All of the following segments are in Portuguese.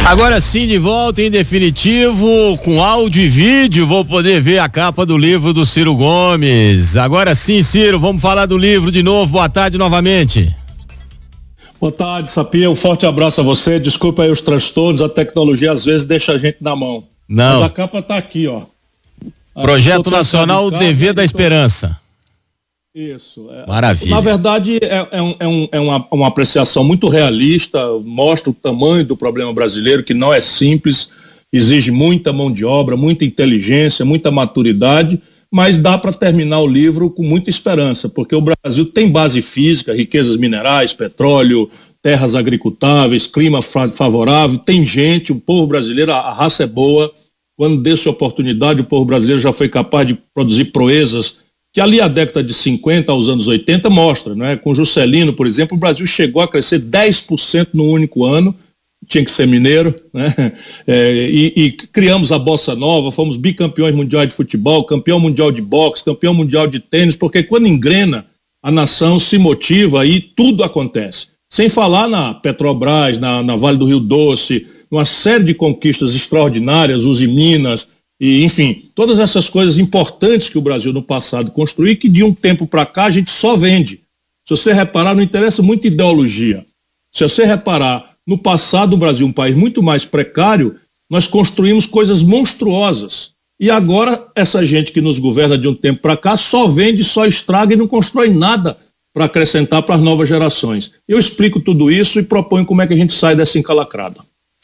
Agora sim, de volta em definitivo, com áudio e vídeo, vou poder ver a capa do livro do Ciro Gomes. Agora sim, Ciro, vamos falar do livro de novo. Boa tarde novamente. Boa tarde, Sapinha. Um forte abraço a você. Desculpa aí os transtornos, a tecnologia às vezes deixa a gente na mão. Não. Mas a capa tá aqui, ó. Projeto Nacional TV da Esperança. Isso. Maravilha. Na verdade, é uma apreciação muito realista, mostra o tamanho do problema brasileiro, que não é simples, exige muita mão de obra, muita inteligência, muita maturidade, mas dá para terminar o livro com muita esperança, porque o Brasil tem base física, riquezas minerais, petróleo, terras agricultáveis, clima favorável, tem gente, o povo brasileiro, a raça é boa. Quando deu-se oportunidade, o povo brasileiro já foi capaz de produzir proezas que ali a década de 50 aos anos 80 mostra, né? Com Juscelino, por exemplo, o Brasil chegou a crescer 10% no único ano, tinha que ser mineiro, né? E criamos a Bossa Nova, fomos bicampeões mundiais de futebol, campeão mundial de boxe, campeão mundial de tênis, porque quando engrena, a nação se motiva e tudo acontece. Sem falar na Petrobras, na Vale do Rio Doce, uma série de conquistas extraordinárias, Uzi Minas, e, enfim, todas essas coisas importantes que o Brasil no passado construiu e que de um tempo para cá a gente só vende. Se você reparar, não interessa muito ideologia. Se você reparar, no passado o Brasil, um país muito mais precário, nós construímos coisas monstruosas. E agora essa gente que nos governa de um tempo para cá só vende, só estraga e não constrói nada para acrescentar para as novas gerações. Eu explico tudo isso e proponho como é que a gente sai dessa encalacrada.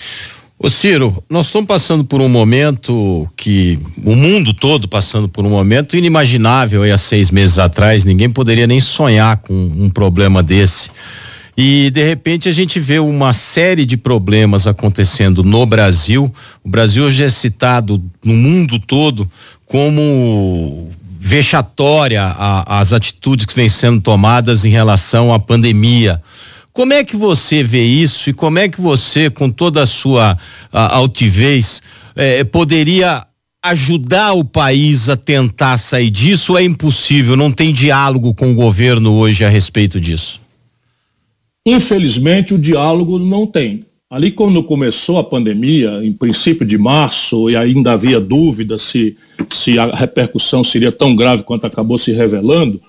Ô Ciro, nós estamos passando por um momento que o mundo todo passando por um momento inimaginável aí há 6 meses atrás, ninguém poderia nem sonhar com um problema desse. E de repente a gente vê uma série de problemas acontecendo no Brasil. O Brasil hoje é citado no mundo todo como vexatória as atitudes que vêm sendo tomadas em relação à pandemia. Como é que você vê isso e como é que você, com toda a sua altivez, poderia ajudar o país a tentar sair disso, ou é impossível, não tem diálogo com o governo hoje a respeito disso? Infelizmente o diálogo não tem. Ali quando começou a pandemia, em princípio de março, e ainda havia dúvida se a repercussão seria tão grave quanto acabou se revelando,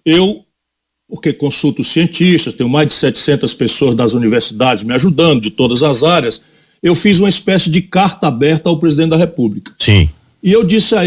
porque consulto cientistas, tenho mais de 700 pessoas das universidades me ajudando, de todas as áreas, eu fiz uma espécie de carta aberta ao presidente da República. Sim. E eu disse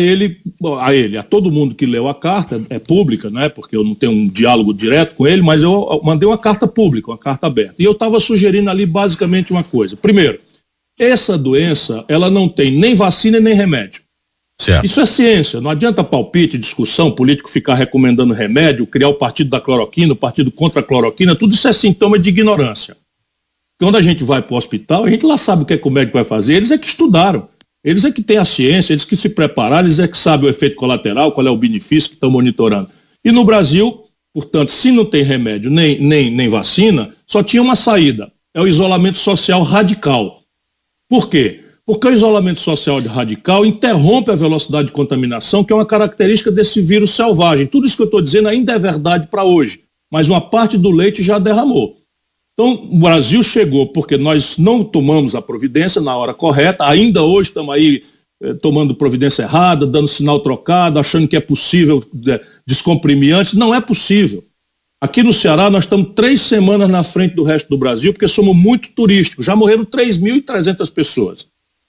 a todo mundo que leu a carta, é pública, né? Porque eu não tenho um diálogo direto com ele, mas eu mandei uma carta pública, uma carta aberta. E eu estava sugerindo ali basicamente uma coisa. Primeiro, essa doença, ela não tem nem vacina nem remédio. Certo. Isso é ciência, não adianta palpite, discussão, político ficar recomendando remédio, criar o partido da cloroquina, o partido contra a cloroquina, tudo isso é sintoma de ignorância. Quando a gente vai para o hospital, a gente lá sabe o que é que o médico vai fazer, eles é que estudaram, eles é que têm a ciência, eles que se prepararam, eles é que sabem o efeito colateral, qual é o benefício que estão monitorando. E no Brasil, portanto, se não tem remédio nem vacina, só tinha uma saída, é o isolamento social radical. Por quê? Porque o isolamento social radical interrompe a velocidade de contaminação, que é uma característica desse vírus selvagem. Tudo isso que eu estou dizendo ainda é verdade para hoje, mas uma parte do leite já derramou. Então, o Brasil chegou porque nós não tomamos a providência na hora correta, ainda hoje estamos aí tomando providência errada, dando sinal trocado, achando que é possível descomprimir antes. Não é possível. Aqui no Ceará nós estamos 3 semanas na frente do resto do Brasil, porque somos muito turísticos. Já morreram 3.300 pessoas.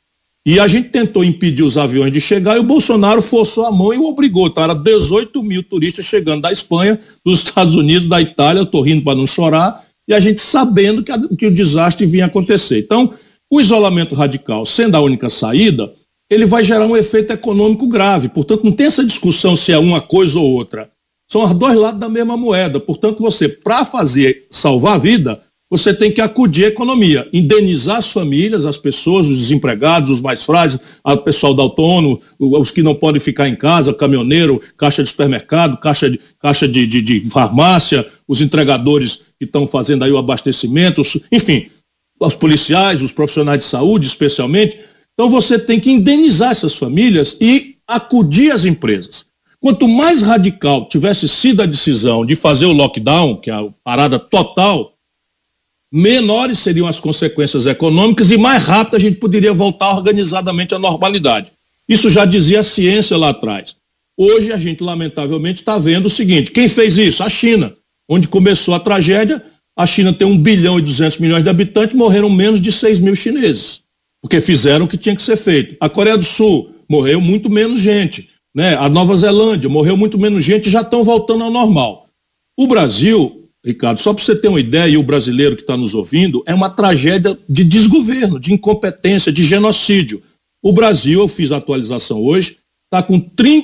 E a gente tentou impedir os aviões de chegar e o Bolsonaro forçou a mão e o obrigou. Então, era 18 mil turistas chegando da Espanha, dos Estados Unidos, da Itália, eu estou rindo para não chorar, e a gente sabendo que o desastre vinha acontecer. Então, o isolamento radical, sendo a única saída, ele vai gerar um efeito econômico grave. Portanto, não tem essa discussão se é uma coisa ou outra. São os dois lados da mesma moeda. Portanto, você, para salvar a vida, você tem que acudir à economia, indenizar as famílias, as pessoas, os desempregados, os mais frágeis, o pessoal da autônomo, os que não podem ficar em casa, caminhoneiro, caixa de supermercado, caixa de farmácia, os entregadores que estão fazendo aí o abastecimento, enfim, os policiais, os profissionais de saúde especialmente. Então você tem que indenizar essas famílias e acudir às empresas. Quanto mais radical tivesse sido a decisão de fazer o lockdown, que é a parada total, menores seriam as consequências econômicas e mais rápido a gente poderia voltar organizadamente à normalidade. Isso já dizia a ciência lá atrás. Hoje a gente, lamentavelmente, está vendo o seguinte: quem fez isso? A China, onde começou a tragédia. A China tem 1 bilhão e 200 milhões de habitantes, morreram menos de 6 mil chineses, porque fizeram o que tinha que ser feito. A Coreia do Sul morreu muito menos gente, né? A Nova Zelândia morreu muito menos gente e já estão voltando ao normal. O Brasil, Ricardo, só para você ter uma ideia, e o brasileiro que está nos ouvindo, é uma tragédia de desgoverno, de incompetência, de genocídio. O Brasil, eu fiz a atualização hoje, está com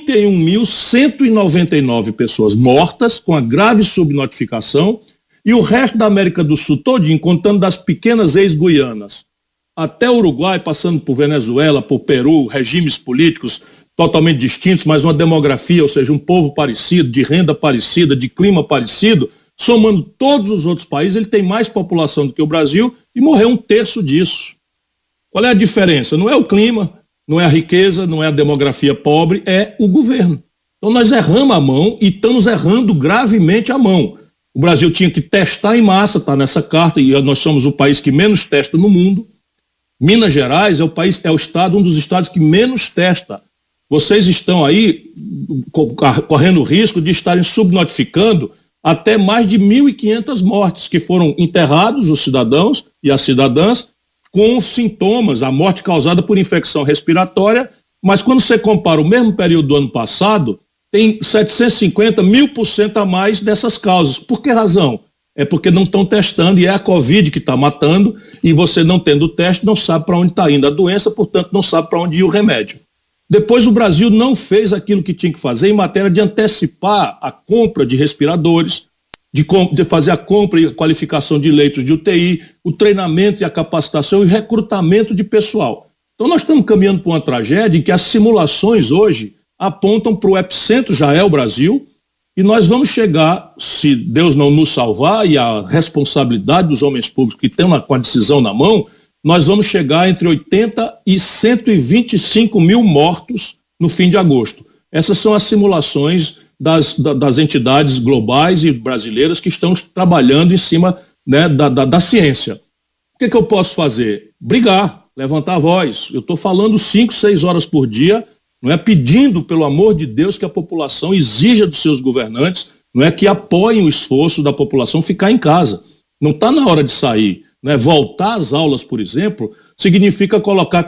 31.199 pessoas mortas, com a grave subnotificação, e o resto da América do Sul todinho, contando das pequenas ex-guianas, até o Uruguai, passando por Venezuela, por Peru, regimes políticos totalmente distintos, mas uma demografia, ou seja, um povo parecido, de renda parecida, de clima parecido, somando todos os outros países, ele tem mais população do que o Brasil e morreu 1/3 disso. Qual é a diferença? Não é o clima, não é a riqueza, não é a demografia pobre, é o governo. Então nós erramos a mão e estamos errando gravemente a mão. O Brasil tinha que testar em massa, está nessa carta, e nós somos o país que menos testa no mundo. Minas Gerais é o estado, um dos estados que menos testa. Vocês estão aí correndo o risco de estarem subnotificando até mais de 1.500 mortes, que foram enterrados, os cidadãos e as cidadãs, com sintomas, a morte causada por infecção respiratória, mas quando você compara o mesmo período do ano passado, tem 750, 1000% a mais dessas causas. Por que razão? É porque não estão testando e é a Covid que está matando, e você não tendo o teste não sabe para onde está indo a doença, portanto não sabe para onde ir o remédio. Depois o Brasil não fez aquilo que tinha que fazer em matéria de antecipar a compra de respiradores, de fazer a compra e a qualificação de leitos de UTI, o treinamento e a capacitação e recrutamento de pessoal. Então nós estamos caminhando para uma tragédia em que as simulações hoje apontam para o epicentro, já é o Brasil, e nós vamos chegar, se Deus não nos salvar e a responsabilidade dos homens públicos que estão com a decisão na mão, nós vamos chegar entre 80 e 125 mil mortos no fim de agosto. Essas são as simulações das entidades globais e brasileiras que estão trabalhando em cima, né, da ciência. O que eu posso fazer? Brigar, levantar a voz. Eu estou falando 5, 6 horas por dia, não é, pedindo, pelo amor de Deus, que a população exija dos seus governantes, não é, que apoiem o esforço da população ficar em casa. Não está na hora de sair. Né? Voltar às aulas, por exemplo, significa colocar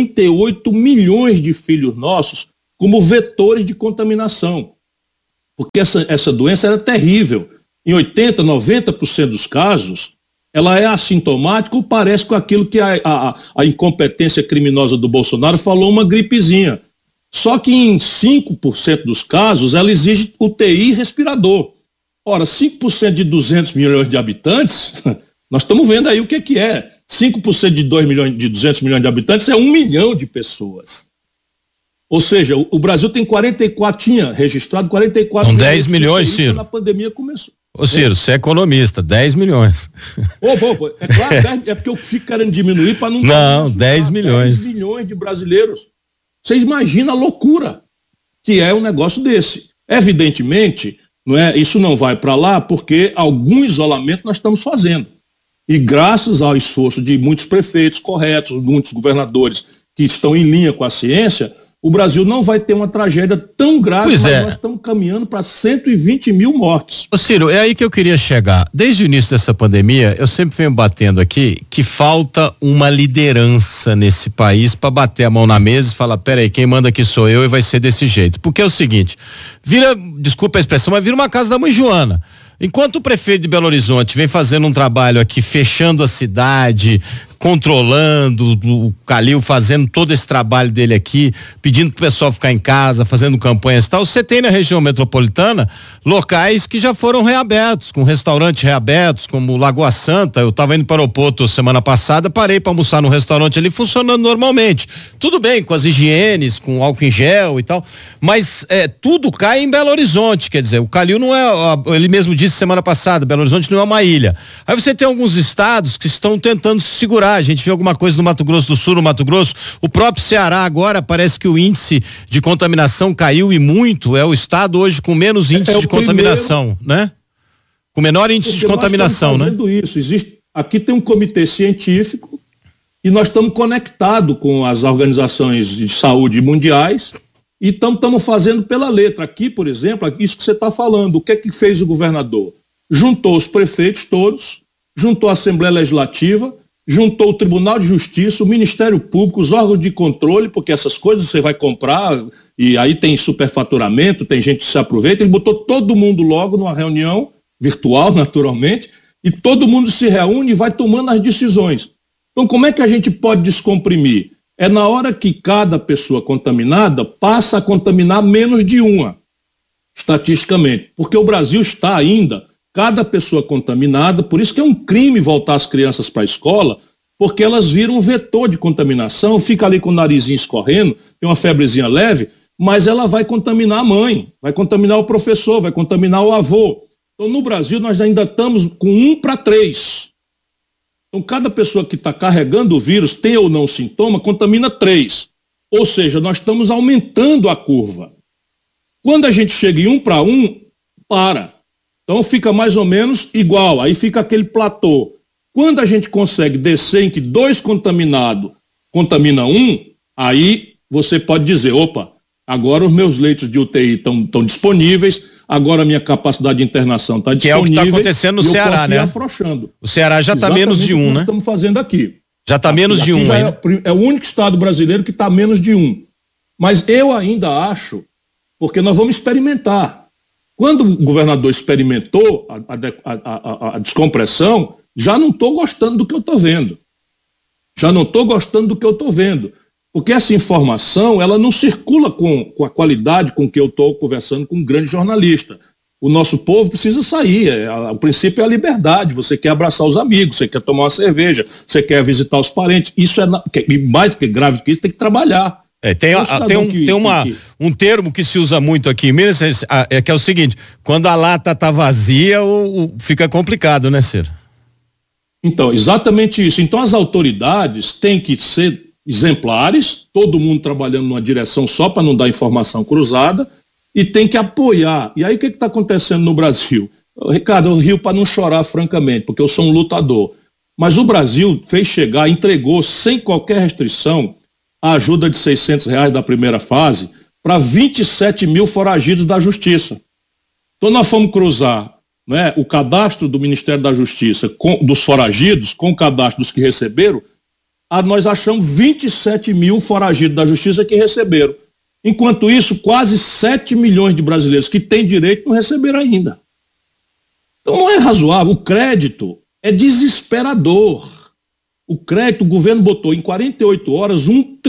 48 milhões de filhos nossos como vetores de contaminação. Porque essa doença era terrível. Em 80%, 90% dos casos, ela é assintomática ou parece com aquilo que a incompetência criminosa do Bolsonaro falou, uma gripezinha. Só que em 5% dos casos ela exige UTI e respirador. Ora, 5% de 200 milhões de habitantes, nós estamos vendo aí o que é. 5% de 200 milhões de habitantes é 1 milhão de pessoas. Ou seja, o Brasil tem tinha registrado 44 milhões. São 10 milhões, Ciro. Quando a pandemia começou. Ô Ciro, você é economista, 10 milhões. É claro, é porque eu fico querendo diminuir para não... Não, 10 milhões. 10 milhões de brasileiros. Vocês imaginam a loucura que é um negócio desse. Evidentemente, não é, isso não vai para lá porque algum isolamento nós estamos fazendo. E graças ao esforço de muitos prefeitos corretos, muitos governadores que estão em linha com a ciência, o Brasil não vai ter uma tragédia tão grave, mas nós estamos caminhando para 120 mil mortes. Ô Ciro, é aí que eu queria chegar. Desde o início dessa pandemia, eu sempre venho batendo aqui que falta uma liderança nesse país para bater a mão na mesa e falar, peraí, quem manda aqui sou eu e vai ser desse jeito. Porque é o seguinte, desculpa a expressão, mas vira uma casa da mãe Joana. Enquanto o prefeito de Belo Horizonte vem fazendo um trabalho aqui, fechando a cidade, controlando, o Calil fazendo todo esse trabalho dele aqui, pedindo pro pessoal ficar em casa, fazendo campanhas e tal, você tem na região metropolitana locais que já foram reabertos, com restaurantes reabertos, como Lagoa Santa. Eu estava indo para o aeroporto semana passada, parei para almoçar no restaurante ali, funcionando normalmente. Tudo bem, com as higienes, com álcool em gel e tal, mas tudo cai em Belo Horizonte, quer dizer, o Calil não é, ele mesmo disse semana passada, Belo Horizonte não é uma ilha. Aí você tem alguns estados que estão tentando se segurar. A gente vê alguma coisa no Mato Grosso do Sul, no Mato Grosso, o próprio Ceará agora parece que o índice de contaminação caiu e muito, é o estado hoje com menos índice de contaminação, né? Com menor índice de contaminação, né? Isso, existe aqui tem um comitê científico e nós estamos conectados com as organizações de saúde mundiais e estamos fazendo pela letra. Aqui, por exemplo, isso que você está falando, o que é que fez o governador? Juntou os prefeitos todos, juntou a Assembleia Legislativa, juntou o Tribunal de Justiça, o Ministério Público, os órgãos de controle, porque essas coisas você vai comprar e aí tem superfaturamento, tem gente que se aproveita. Ele botou todo mundo logo numa reunião virtual, naturalmente, e todo mundo se reúne e vai tomando as decisões. Então, como é que a gente pode descomprimir? É na hora que cada pessoa contaminada passa a contaminar menos de uma, estatisticamente, porque o Brasil está ainda, cada pessoa contaminada, por isso que é um crime voltar as crianças para a escola, porque elas viram um vetor de contaminação, fica ali com o narizinho escorrendo, tem uma febrezinha leve, mas ela vai contaminar a mãe, vai contaminar o professor, vai contaminar o avô. Então, no Brasil, nós ainda estamos com 1 para 3. Então, cada pessoa que está carregando o vírus, tem ou não sintoma, contamina 3. Ou seja, nós estamos aumentando a curva. Quando a gente chega em 1 para 1, para. Então, fica mais ou menos igual, aí fica aquele platô. Quando a gente consegue descer em que 2 contaminados contamina 1, aí você pode dizer, opa, agora os meus leitos de UTI estão disponíveis, agora a minha capacidade de internação está disponível. Que é o que está acontecendo no Ceará, né? Afrouxando. O Ceará já está menos de 1, né? Estamos fazendo aqui. Já está menos de 1, né? É o único estado brasileiro que está menos de 1. Mas eu ainda acho, porque nós vamos experimentar. Quando o governador experimentou a descompressão, já não estou gostando do que eu estou vendo. Já não estou gostando do que eu estou vendo. Porque essa informação, ela não circula com a qualidade com que eu estou conversando com um grande jornalista. O nosso povo precisa sair. O princípio é a liberdade. Você quer abraçar os amigos, você quer tomar uma cerveja, você quer visitar os parentes. Isso mais que grave que isso, tem que trabalhar. Tem um termo que se usa muito aqui em Minas, que é o seguinte: quando a lata está vazia, fica complicado, né, Ciro? Então, exatamente isso. Então, as autoridades têm que ser exemplares, todo mundo trabalhando numa direção só para não dar informação cruzada, e tem que apoiar. E aí, o que está acontecendo no Brasil? Ricardo, eu rio para não chorar, francamente, porque eu sou um lutador. Mas o Brasil fez chegar, entregou sem qualquer restrição a ajuda de R$600 da primeira fase para 27 mil foragidos da Justiça. Então nós fomos cruzar, né, o cadastro do Ministério da Justiça dos foragidos com o cadastro dos que receberam, nós achamos 27 mil foragidos da Justiça que receberam. Enquanto isso, quase 7 milhões de brasileiros que têm direito não receberam ainda. Então não é razoável. O crédito é desesperador. O crédito, o governo botou em 48 horas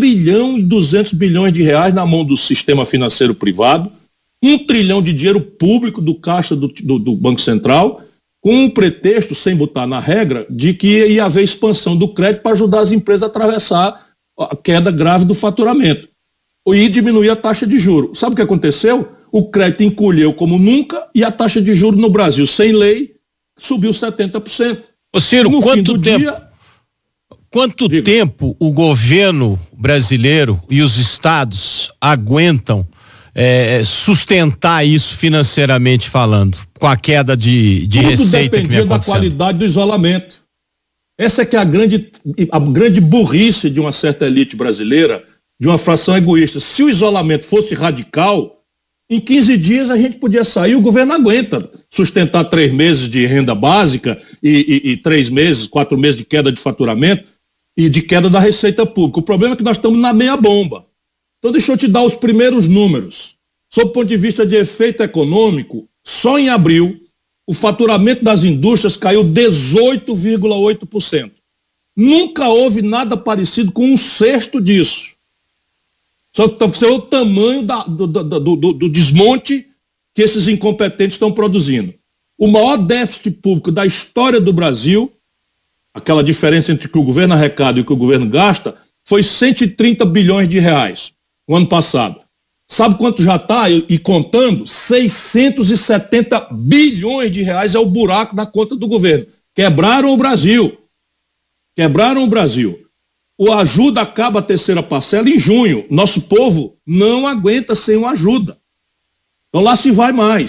1,2 trilhão de reais na mão do sistema financeiro privado, 1 trilhão de dinheiro público do caixa do Banco Central, com um pretexto, sem botar na regra, de que ia haver expansão do crédito para ajudar as empresas a atravessar a queda grave do faturamento e diminuir a taxa de juros. Sabe o que aconteceu? O crédito encolheu como nunca e a taxa de juros no Brasil, sem lei, subiu 70%. Ô Ciro, quanto tempo o governo brasileiro e os estados aguentam sustentar isso financeiramente falando, com a queda de receita que vem acontecendo? Da qualidade do isolamento. Essa é que é a grande burrice de uma certa elite brasileira, de uma fração egoísta. Se o isolamento fosse radical, em 15 dias a gente podia sair, o governo aguenta sustentar 3 meses de renda básica e 3 meses, 4 meses de queda de faturamento e de queda da receita pública. O problema é que nós estamos na meia bomba. Então deixa eu te dar os primeiros números. Sob o ponto de vista de efeito econômico, só em abril, o faturamento das indústrias caiu 18,8%. Nunca houve nada parecido com 1/6 disso. Só que você vê o tamanho do desmonte que esses incompetentes estão produzindo. O maior déficit público da história do Brasil, aquela diferença entre o que o governo arrecada e o que o governo gasta, foi 130 bilhões de reais no ano passado. Sabe quanto já está? E contando, 670 bilhões de reais é o buraco na conta do governo. Quebraram o Brasil. Quebraram o Brasil. O ajuda acaba a terceira parcela em junho. Nosso povo não aguenta sem o ajuda. Então lá se vai mais.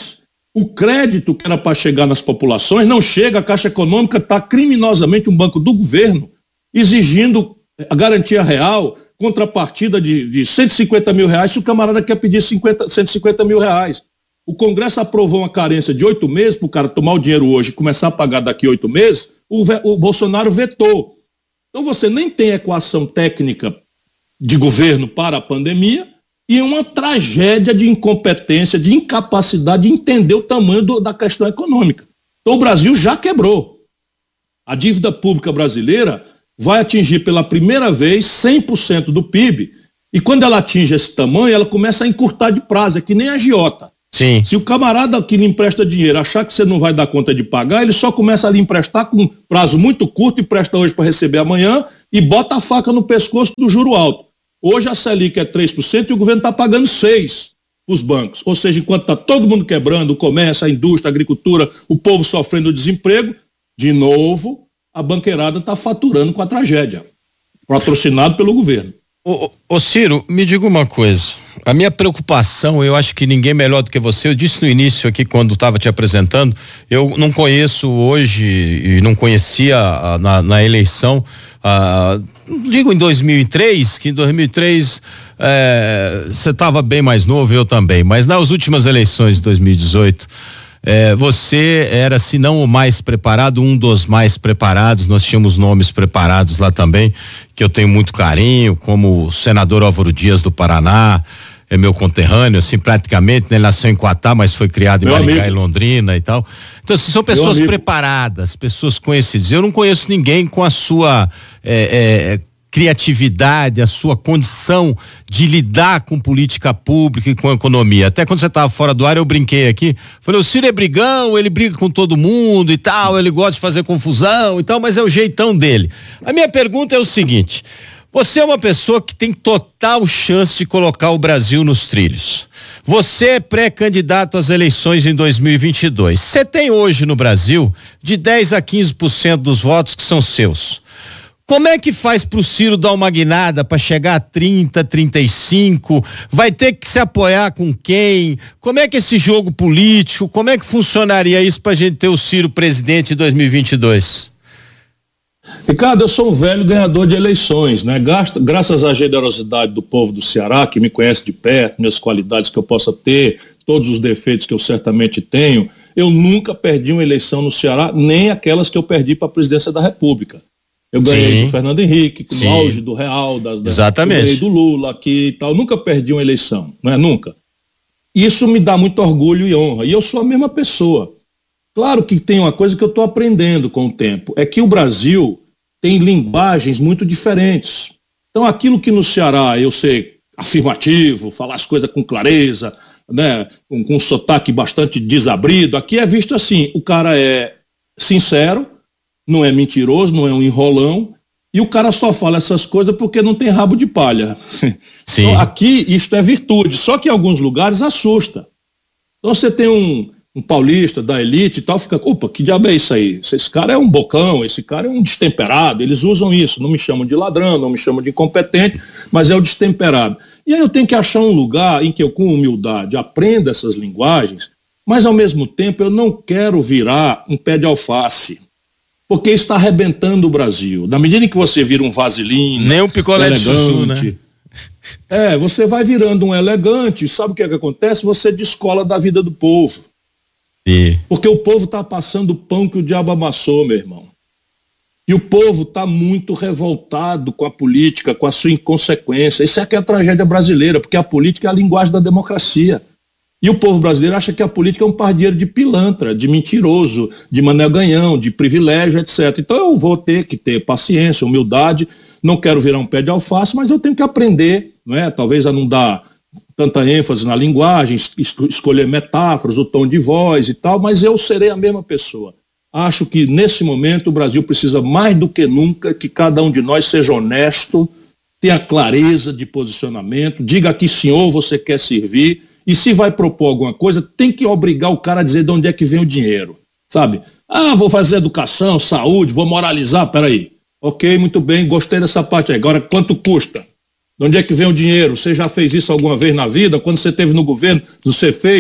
O crédito que era para chegar nas populações não chega, a Caixa Econômica está criminosamente um banco do governo, exigindo a garantia real, contrapartida de 150 mil reais, se o camarada quer pedir 150 mil reais. O Congresso aprovou uma carência de 8 meses para o cara tomar o dinheiro hoje e começar a pagar daqui 8 meses, o Bolsonaro vetou. Então você nem tem equação técnica de governo para a pandemia e uma tragédia de incompetência, de incapacidade de entender o tamanho da questão econômica. Então o Brasil já quebrou. A dívida pública brasileira vai atingir pela primeira vez 100% do PIB e quando ela atinge esse tamanho, ela começa a encurtar de prazo, é que nem a agiota. Sim. Se o camarada que lhe empresta dinheiro achar que você não vai dar conta de pagar, ele só começa a lhe emprestar com prazo muito curto, empresta hoje para receber amanhã e bota a faca no pescoço do juro alto. Hoje a Selic é 3% e o governo está pagando 6% para os bancos. Ou seja, enquanto está todo mundo quebrando, o comércio, a indústria, a agricultura, o povo sofrendo desemprego, de novo, a banqueirada está faturando com a tragédia, patrocinado pelo governo. Ô Ciro, me diga uma coisa. A minha preocupação, eu acho que ninguém melhor do que você, eu disse no início aqui quando estava te apresentando, eu não conheço hoje e não conhecia na eleição, digo em 2003, que em 2003 você estava bem mais novo, eu também, mas nas últimas eleições de 2018, você era, se não o mais preparado, um dos mais preparados. Nós tínhamos nomes preparados lá também, que eu tenho muito carinho, como o senador Álvaro Dias do Paraná, é meu conterrâneo, assim, praticamente, né? Ele nasceu em Quatá, mas foi criado em Maringá e Londrina e tal. Então, assim, são pessoas preparadas, pessoas conhecidas. Eu não conheço ninguém com a sua criatividade, a sua condição de lidar com política pública e com economia. Até quando você estava fora do ar, eu brinquei aqui, falei, o Ciro é brigão, ele briga com todo mundo e tal, ele gosta de fazer confusão e tal, mas é o jeitão dele. A minha pergunta é o seguinte: você é uma pessoa que tem total chance de colocar o Brasil nos trilhos. Você é pré-candidato às eleições em 2022. Você tem hoje no Brasil de 10 a 15% dos votos que são seus. Como é que faz pro Ciro dar uma guinada para chegar a 30, 35? Vai ter que se apoiar com quem? Como é que esse jogo político, como é que funcionaria isso pra gente ter o Ciro presidente em 2022? Ricardo, eu sou um velho ganhador de eleições, né? Graças à generosidade do povo do Ceará, que me conhece de perto, minhas qualidades que eu possa ter, todos os defeitos que eu certamente tenho, eu nunca perdi uma eleição no Ceará, nem aquelas que eu perdi para a presidência da República. Eu ganhei do Fernando Henrique, no auge do Real, exatamente. Eu ganhei do Lula aqui e tal. Nunca perdi uma eleição, não é? Nunca. Isso me dá muito orgulho e honra. E eu sou a mesma pessoa. Claro que tem uma coisa que eu estou aprendendo com o tempo, é que o Brasil tem linguagens muito diferentes. Então aquilo que no Ceará eu sei afirmativo, falar as coisas com clareza, né, com um sotaque bastante desabrido, aqui é visto assim, o cara é sincero, não é mentiroso, não é um enrolão, e o cara só fala essas coisas porque não tem rabo de palha. Sim. Então, aqui isto é virtude, só que em alguns lugares assusta. Então você tem um paulista da elite e tal, fica, opa, que diabo é isso aí? Esse cara é um bocão, esse cara é um destemperado, eles usam isso, não me chamam de ladrão, não me chamam de incompetente, mas é o destemperado. E aí eu tenho que achar um lugar em que eu, com humildade, aprenda essas linguagens, mas ao mesmo tempo eu não quero virar um pé de alface, porque está arrebentando o Brasil. Na medida em que você vira um vaselina, nem um picolé elegante, de chuchu, né? Você vai virando um elegante, sabe o que é que acontece? Você descola da vida do povo. Sim. Porque o povo está passando o pão que o diabo amassou, meu irmão. E o povo está muito revoltado com a política, com a sua inconsequência. Isso é que é a tragédia brasileira, porque a política é a linguagem da democracia. E o povo brasileiro acha que a política é um pardieiro de pilantra, de mentiroso, de Mané Ganhão, de privilégio, etc. Então eu vou ter que ter paciência, humildade, não quero virar um pé de alface, mas eu tenho que aprender, não é? Talvez a não dar tanta ênfase na linguagem, escolher metáforas, o tom de voz e tal, mas eu serei a mesma pessoa. Acho que nesse momento o Brasil precisa mais do que nunca que cada um de nós seja honesto, tenha clareza de posicionamento, diga a que senhor você quer servir, e se vai propor alguma coisa, tem que obrigar o cara a dizer de onde é que vem o dinheiro, sabe? Vou fazer educação, saúde, vou moralizar, peraí. Ok, muito bem, gostei dessa parte aí. Agora, quanto custa? De onde é que vem o dinheiro? Você já fez isso alguma vez na vida? Quando você esteve no governo, você fez?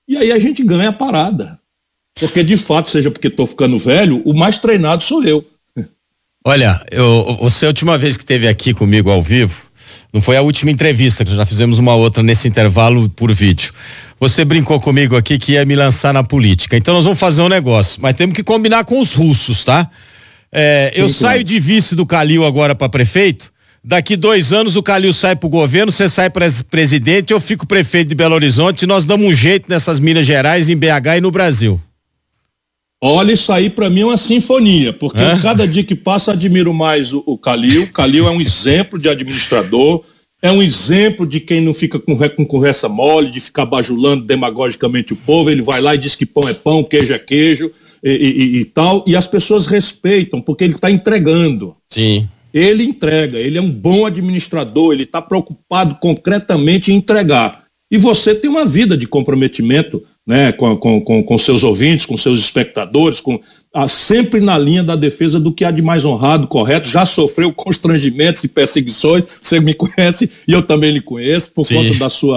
e aí a gente ganha a parada. Porque de fato, seja porque estou ficando velho, o mais treinado sou eu. Olha, você a última vez que esteve aqui comigo ao vivo, não foi a última entrevista, que já fizemos uma outra nesse intervalo por vídeo. Você brincou comigo aqui que ia me lançar na política. Então nós vamos fazer um negócio, mas temos que combinar com os russos, tá? Eu saio de vice do Calil agora para prefeito. Daqui 2 anos o Calil sai pro governo, você sai para presidente, eu fico prefeito de Belo Horizonte e nós damos um jeito nessas Minas Gerais, em BH e no Brasil. Olha, isso aí pra mim é uma sinfonia, porque cada dia que passa admiro mais o Calil. O Calil é um exemplo de administrador, é um exemplo de quem não fica com conversa mole, de ficar bajulando demagogicamente o povo. Ele vai lá e diz que pão é pão, queijo é queijo e tal, e as pessoas respeitam, porque ele está entregando. Sim. Ele entrega, ele é um bom administrador, ele está preocupado concretamente em entregar. E você tem uma vida de comprometimento, né, com seus ouvintes, com seus espectadores, sempre na linha da defesa do que há de mais honrado, correto. Já sofreu constrangimentos e perseguições, você me conhece e eu também lhe conheço, por conta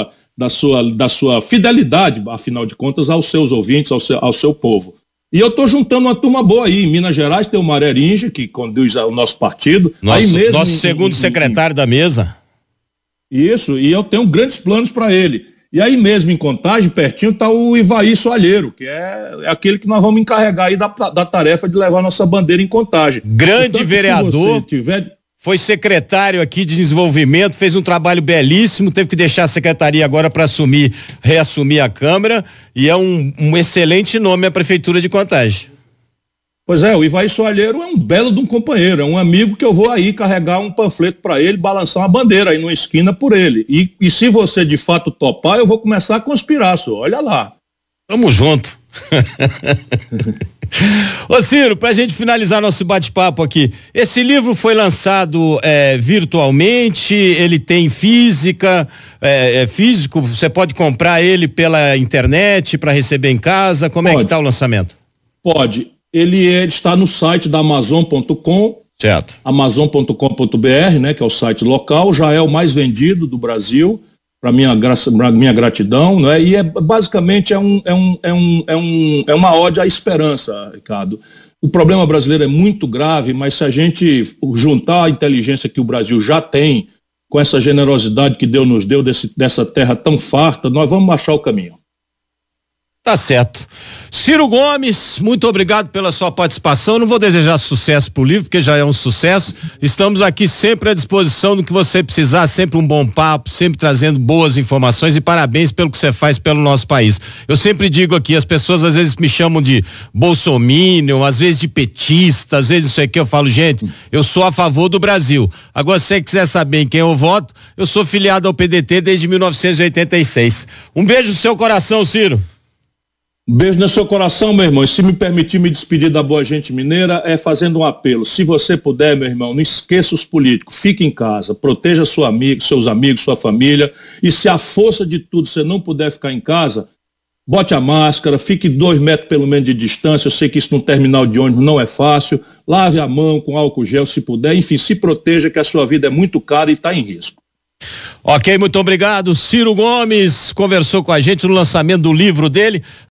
da sua fidelidade, afinal de contas, aos seus ouvintes, ao seu povo. E eu estou juntando uma turma boa aí. Em Minas Gerais tem o Maré Inge, que conduz o nosso partido. Nosso segundo secretário da mesa. Isso, e eu tenho grandes planos para ele. E aí mesmo em Contagem, pertinho, está o Ivaí Soalheiro, que é aquele que nós vamos encarregar aí da tarefa de levar nossa bandeira em Contagem. Grande Portanto, vereador, foi secretário aqui de desenvolvimento, fez um trabalho belíssimo, teve que deixar a secretaria agora para reassumir a Câmara, e é um excelente nome a Prefeitura de Contagem. Pois é, o Ivaí Soalheiro é um belo de um companheiro, é um amigo que eu vou aí carregar um panfleto para ele, balançar uma bandeira aí numa esquina por ele. E se você de fato topar, eu vou começar a conspirar, senhor. Olha lá. Tamo junto. Ô Ciro, pra gente finalizar nosso bate-papo aqui, esse livro foi lançado virtualmente, ele tem física, físico, você pode comprar ele pela internet para receber em casa, como é que tá o lançamento? Pode. Ele está no site da Amazon.com, certo. Amazon.com.br, né, que é o site local, já é o mais vendido do Brasil, para minha gratidão, né? E basicamente é uma ode à esperança, Ricardo. O problema brasileiro é muito grave, mas se a gente juntar a inteligência que o Brasil já tem com essa generosidade que Deus nos deu dessa terra tão farta, nós vamos achar o caminho. Tá certo. Ciro Gomes, muito obrigado pela sua participação. Não vou desejar sucesso pro livro, porque já é um sucesso. Estamos aqui sempre à disposição do que você precisar, sempre um bom papo, sempre trazendo boas informações, e parabéns pelo que você faz pelo nosso país. Eu sempre digo aqui, as pessoas às vezes me chamam de bolsominion, às vezes de petista, às vezes não sei o que, eu falo, gente, eu sou a favor do Brasil. Agora, se você quiser saber em quem eu voto, eu sou filiado ao PDT desde 1986. Um beijo no seu coração, Ciro. Um beijo no seu coração, meu irmão. E se me permitir me despedir da boa gente mineira, fazendo um apelo. Se você puder, meu irmão, não esqueça os políticos. Fique em casa, proteja seus amigos, sua família. E se a força de tudo você não puder ficar em casa, bote a máscara, fique 2 metros pelo menos de distância. Eu sei que isso num terminal de ônibus não é fácil. Lave a mão com álcool gel se puder. Enfim, se proteja, que a sua vida é muito cara e está em risco. Ok, muito obrigado. Ciro Gomes conversou com a gente no lançamento do livro dele.